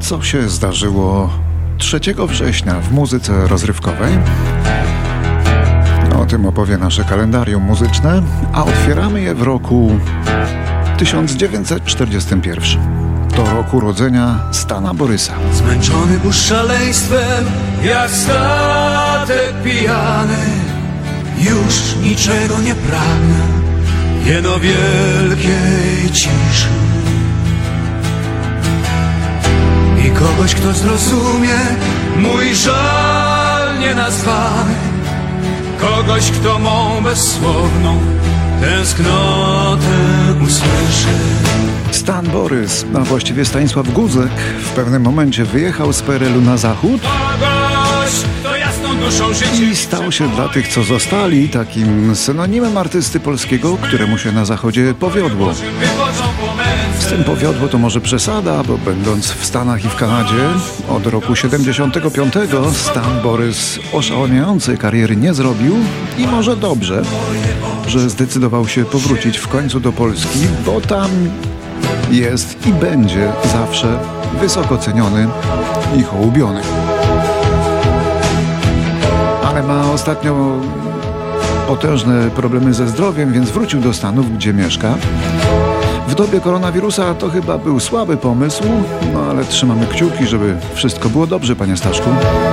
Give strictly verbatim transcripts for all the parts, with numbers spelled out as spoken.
Co się zdarzyło trzeciego września w muzyce rozrywkowej? O tym opowie nasze kalendarium muzyczne, a otwieramy je w roku tysiąc dziewięćset czterdziestym pierwszym. Do roku urodzenia Stana Borysa. Zmęczony już szaleństwem, jak statek pijany, już niczego nie pragnę, jeno wielkiej ciszy. I kogoś, kto zrozumie mój żal nienazwany, kogoś, kto mą bezsłowną tęsknotę usłyszy. Stan Borys, a właściwie Stanisław Guzek, w pewnym momencie wyjechał z P R L u na zachód i stał się dla tych, co zostali, takim synonimem artysty polskiego, któremu się na zachodzie powiodło. Z tym powiodło to może przesada, bo będąc w Stanach i w Kanadzie od roku siedemdziesiątego piątego Stan Borys oszałamiającej kariery nie zrobił i może dobrze, że zdecydował się powrócić w końcu do Polski, bo tam jest i będzie zawsze wysoko ceniony i hołubiony. Ale ma ostatnio potężne problemy ze zdrowiem, więc wrócił do Stanów, gdzie mieszka. W dobie koronawirusa to chyba był słaby pomysł, no ale trzymamy kciuki, żeby wszystko było dobrze, panie Staszku.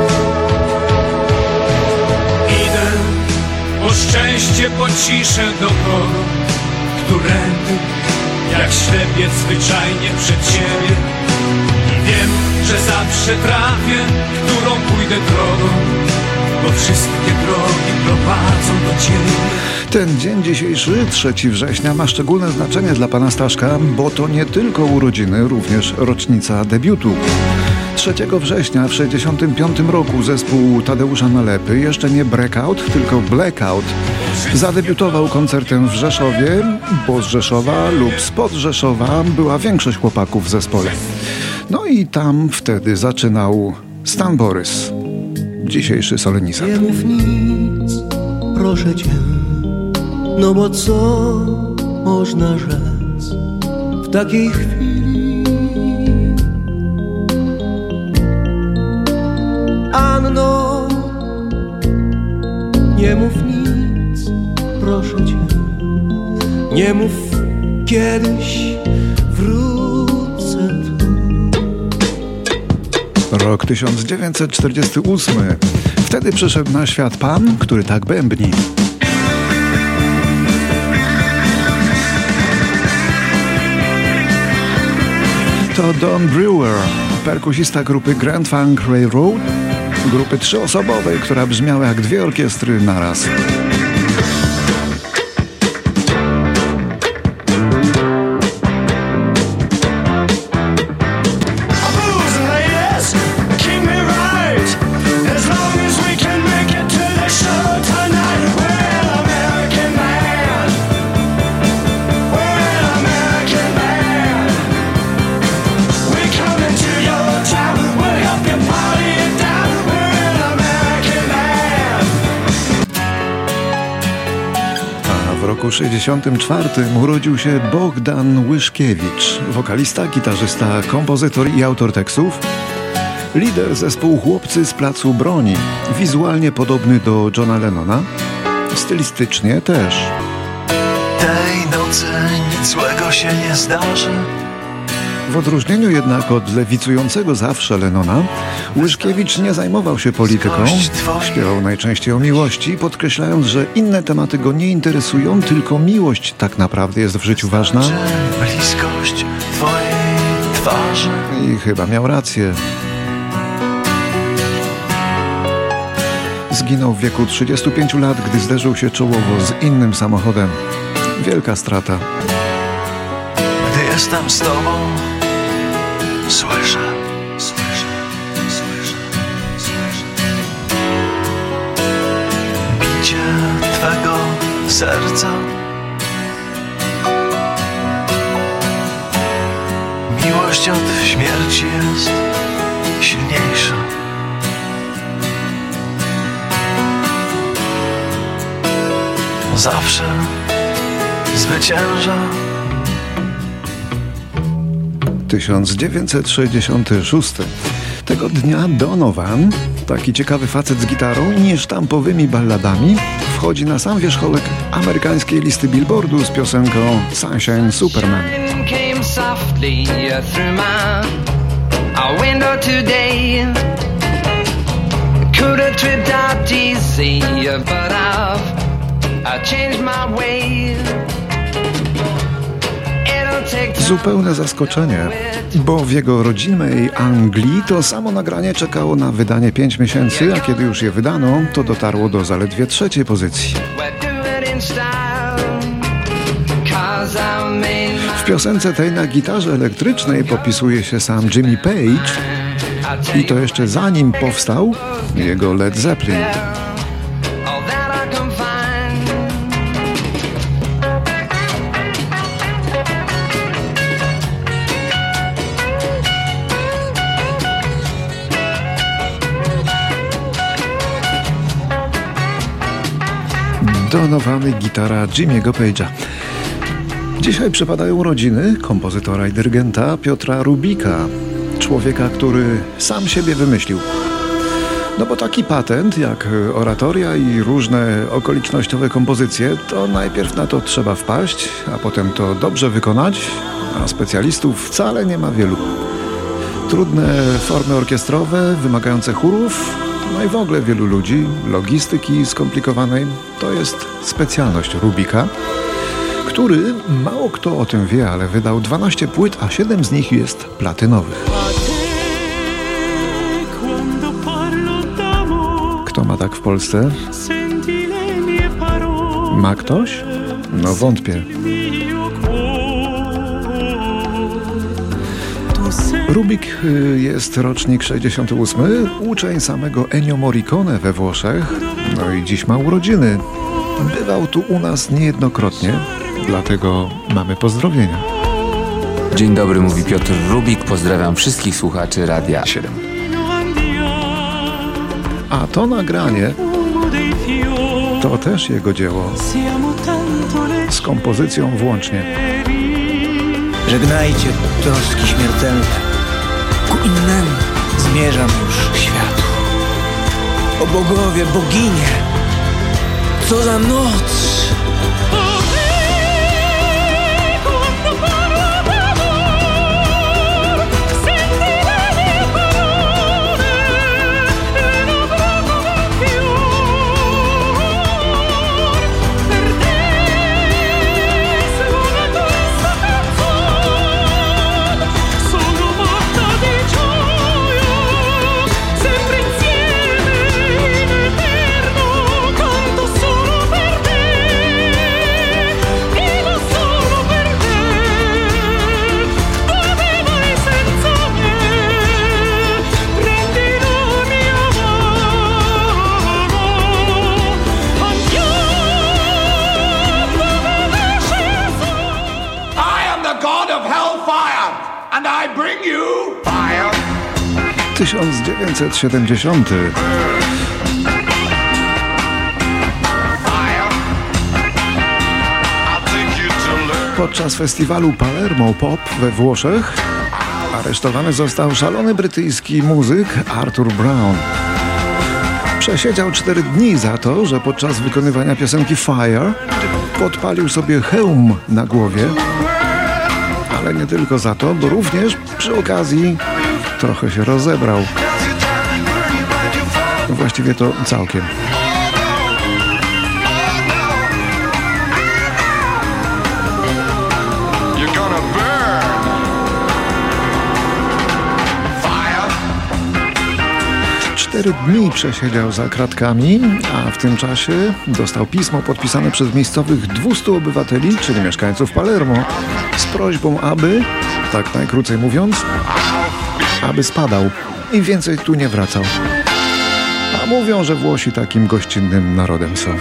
Idę po szczęście, po ciszę do kogo, którędy jak ślepiec zwyczajnie przed siebie. I wiem, że zawsze trafię, którą pójdę drogą, bo wszystkie drogi prowadzą do Ciebie. Ten dzień dzisiejszy, trzeciego września, ma szczególne znaczenie dla pana Staszka, bo to nie tylko urodziny, również rocznica debiutu. trzeciego września w sześćdziesiątym piątym roku zespół Tadeusza Nalepy, jeszcze nie Breakout, tylko Blackout, zadebiutował koncertem w Rzeszowie, bo z Rzeszowa lub spod Rzeszowa była większość chłopaków w zespole. No i tam wtedy zaczynał Stan Borys, dzisiejszy solenizant. Nie mów nic, proszę cię, no bo co można rzec w takiej chwili? Anno, nie mów nic, proszę cię, nie mów kiedyś wrócę tu. Rok tysiąc dziewięćset czterdziesty ósmy. Wtedy przyszedł na świat pan, który tak bębni. To Don Brewer, perkusista grupy Grand Funk Railroad, grupy trzyosobowej, która brzmiała jak dwie orkiestry naraz. W roku sześćdziesiątym czwartym urodził się Bogdan Łyszkiewicz, wokalista, gitarzysta, kompozytor i autor tekstów, lider zespołu Chłopcy z Placu Broni, wizualnie podobny do Johna Lennona, stylistycznie też. Tej nocy nic złego się nie zdarzy. W odróżnieniu jednak od lewicującego zawsze Lennona, Łyszkiewicz nie zajmował się polityką, śpiewał najczęściej o miłości, podkreślając, że inne tematy go nie interesują, tylko miłość tak naprawdę jest w życiu ważna. Bliskość twojej twarzy. I chyba miał rację. Zginął w wieku trzydziestu pięciu lat, gdy zderzył się czołowo z innym samochodem. Wielka strata. Gdy jestem z tobą, słyszę, słyszę, słyszę, słyszę bicie twego serca. Miłość od śmierci jest silniejsza. Zawsze zwycięża. tysiąc dziewięćset sześćdziesiąty szósty. Tego dnia Donovan, taki ciekawy facet z gitarą i sztampowymi balladami, wchodzi na sam wierzchołek amerykańskiej listy Billboardu z piosenką Sunshine Superman. Zupełne zaskoczenie, bo w jego rodzinnej Anglii to samo nagranie czekało na wydanie pięć miesięcy, a kiedy już je wydano, to dotarło do zaledwie trzeciej pozycji. W piosence tej na gitarze elektrycznej popisuje się sam Jimmy Page i to jeszcze zanim powstał jego Led Zeppelin. Donowany gitara Jimmy'ego Page'a. Dzisiaj przypadają urodziny kompozytora i dyrygenta Piotra Rubika, człowieka, który sam siebie wymyślił. No bo taki patent jak oratoria i różne okolicznościowe kompozycje, to najpierw na to trzeba wpaść, a potem to dobrze wykonać, a specjalistów wcale nie ma wielu. Trudne formy orkiestrowe, wymagające chórów, no i w ogóle wielu ludzi, logistyki skomplikowanej, to jest specjalność Rubika, który, mało kto o tym wie, ale wydał dwanaście płyt, a siedem z nich jest platynowych. Kto ma tak w Polsce? Ma ktoś? No wątpię. Rubik jest rocznik sześćdziesiąty ósmy, uczeń samego Ennio Morricone we Włoszech, no i dziś ma urodziny. Bywał tu u nas niejednokrotnie, dlatego mamy pozdrowienia. Dzień dobry, mówi Piotr Rubik, pozdrawiam wszystkich słuchaczy Radia siedem. A to nagranie to też jego dzieło, z kompozycją włącznie. Żegnajcie troski śmiertelne, ku innemu zmierzam już światu. O bogowie, boginie, co za noc! tysiąc dziewięćset siedemdziesiąty. Podczas festiwalu Palermo Pop we Włoszech aresztowany został szalony brytyjski muzyk Arthur Brown. Przesiedział cztery dni za to, że podczas wykonywania piosenki Fire podpalił sobie hełm na głowie. Ale nie tylko za to, bo również przy okazji trochę się rozebrał. Właściwie to całkiem. Cztery dni przesiedział za kratkami, a w tym czasie dostał pismo podpisane przez miejscowych dwustu obywateli, czyli mieszkańców Palermo, z prośbą, aby, tak najkrócej mówiąc, aby spadał i więcej tu nie wracał. A mówią, że Włosi takim gościnnym narodem są.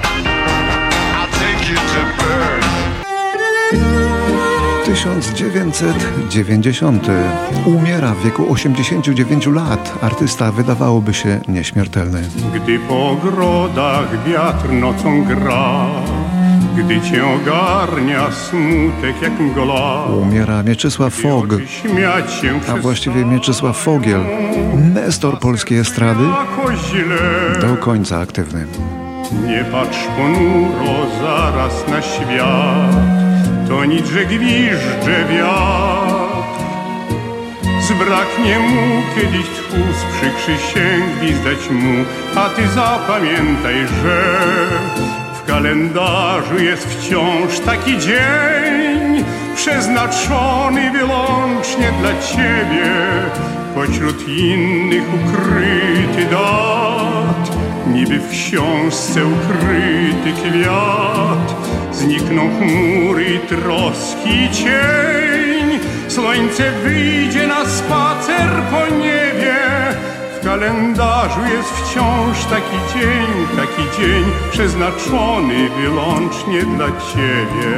tysiąc dziewięćset dziewięćset dziewięćdziesiąty. Umiera w wieku osiemdziesięciu dziewięciu lat. Artysta wydawałoby się nieśmiertelny. Gdy po ogrodach wiatr nocą gra, gdy cię ogarnia smutek jak mgła. Umiera Mieczysław Fog, a właściwie Mieczysław Fogiel, nestor polskiej estrady, do końca aktywny. Nie patrz ponuro zaraz na świat, to nic, że gwiżdże wiatr. Zbraknie mu kiedyś tchu z przykrzysięgli zdać mu, a ty zapamiętaj, że w kalendarzu jest wciąż taki dzień przeznaczony wyłącznie dla ciebie, pośród innych ukryty dat. Niby w książce ukryty kwiat, znikną chmury i troski cień. Słońce wyjdzie na spacer po niebie, w kalendarzu jest wciąż taki dzień, taki dzień przeznaczony wyłącznie dla ciebie.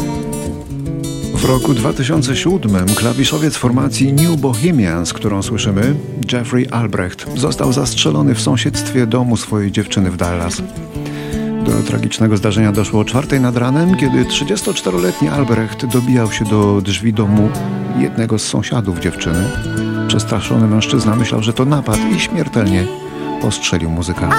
W roku dwa tysiące siódmym klawiszowiec formacji New Bohemians, którą słyszymy, Jeffrey Albrecht, został zastrzelony w sąsiedztwie domu swojej dziewczyny w Dallas. Do tragicznego zdarzenia doszło o czwartej nad ranem, kiedy trzydziestoczteroletni Albrecht dobijał się do drzwi domu jednego z sąsiadów dziewczyny. Przestraszony mężczyzna myślał, że to napad i śmiertelnie postrzelił muzyka.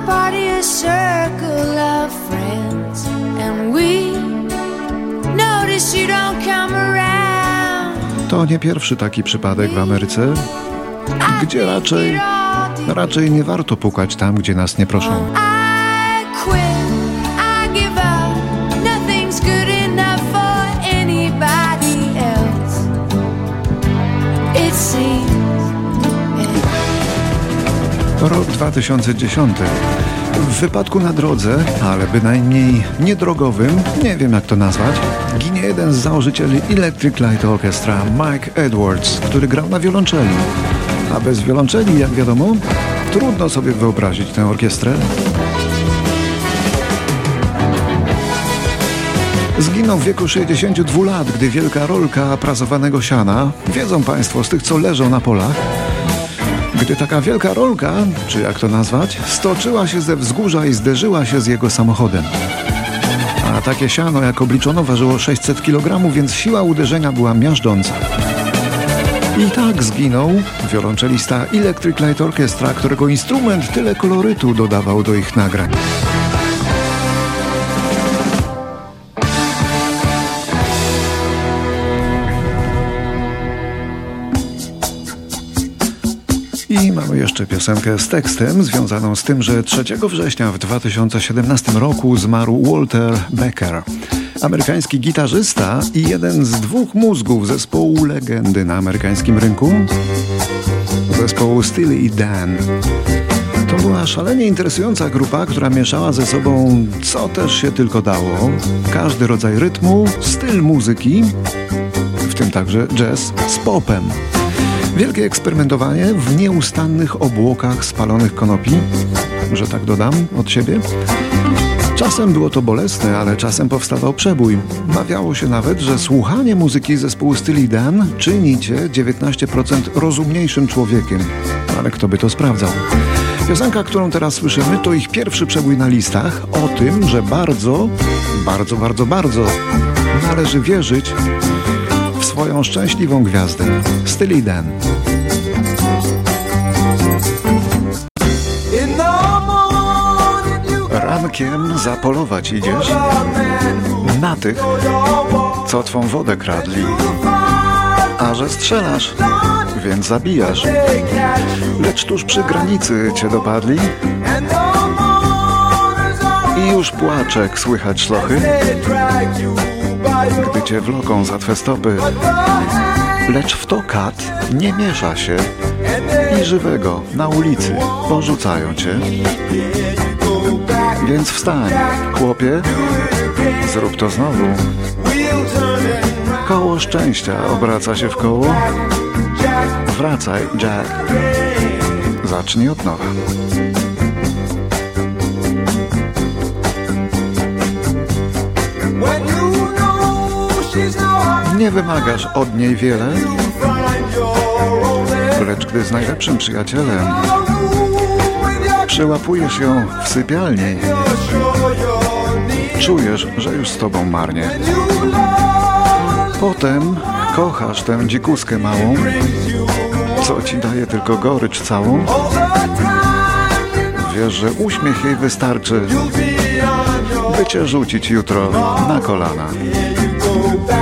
To nie pierwszy taki przypadek w Ameryce, gdzie raczej, raczej nie warto pukać tam, gdzie nas nie proszą. Rok dwa tysiące dziesiąty. W wypadku na drodze, ale bynajmniej niedrogowym, nie wiem jak to nazwać, ginie jeden z założycieli Electric Light Orchestra, Mike Edwards, który grał na wiolonczeli. A bez wiolonczeli, jak wiadomo, trudno sobie wyobrazić tę orkiestrę. Zginął w wieku sześćdziesięciu dwóch lat, gdy wielka rolka prasowanego siana, wiedzą Państwo z tych, co leżą na polach, gdy taka wielka rolka, czy jak to nazwać, stoczyła się ze wzgórza i zderzyła się z jego samochodem. A takie siano, jak obliczono, ważyło sześćset kilogramów, więc siła uderzenia była miażdżąca. I tak zginął wiolonczelista Electric Light Orchestra, którego instrument tyle kolorytu dodawał do ich nagrań. I mamy jeszcze piosenkę z tekstem związaną z tym, że trzeciego września w dwa tysiące siedemnastym roku zmarł Walter Becker, amerykański gitarzysta i jeden z dwóch mózgów zespołu legendy na amerykańskim rynku, zespołu Steely Dan. To była szalenie interesująca grupa, która mieszała ze sobą co też się tylko dało, każdy rodzaj rytmu, styl muzyki, w tym także jazz z popem. Wielkie eksperymentowanie w nieustannych obłokach spalonych konopi, że tak dodam od siebie. Czasem było to bolesne, ale czasem powstawał przebój. Mawiało się nawet, że słuchanie muzyki zespołu Steely Dan czyni cię dziewiętnaście procent rozumniejszym człowiekiem. Ale kto by to sprawdzał? Piosenka, którą teraz słyszymy, to ich pierwszy przebój na listach o tym, że bardzo, bardzo, bardzo, bardzo należy wierzyć w swoją szczęśliwą gwiazdę. Steely Dan. Rankiem zapolować idziesz na tych, co twą wodę kradli. A że strzelasz, więc zabijasz. Lecz tuż przy granicy cię dopadli i już płaczek słychać szlochy, gdy cię wloką za twe stopy. Lecz w to kat nie miesza się i żywego na ulicy porzucają cię. Więc wstań, chłopie, zrób to znowu. Koło szczęścia obraca się w koło. Wracaj, Jack. Zacznij od nowa. Nie wymagasz od niej wiele, lecz gdy z najlepszym przyjacielem przyłapujesz ją w sypialni, czujesz, że już z tobą marnie. Potem kochasz tę dzikuskę małą, co ci daje tylko gorycz całą. Wiesz, że uśmiech jej wystarczy, by cię rzucić jutro na kolana.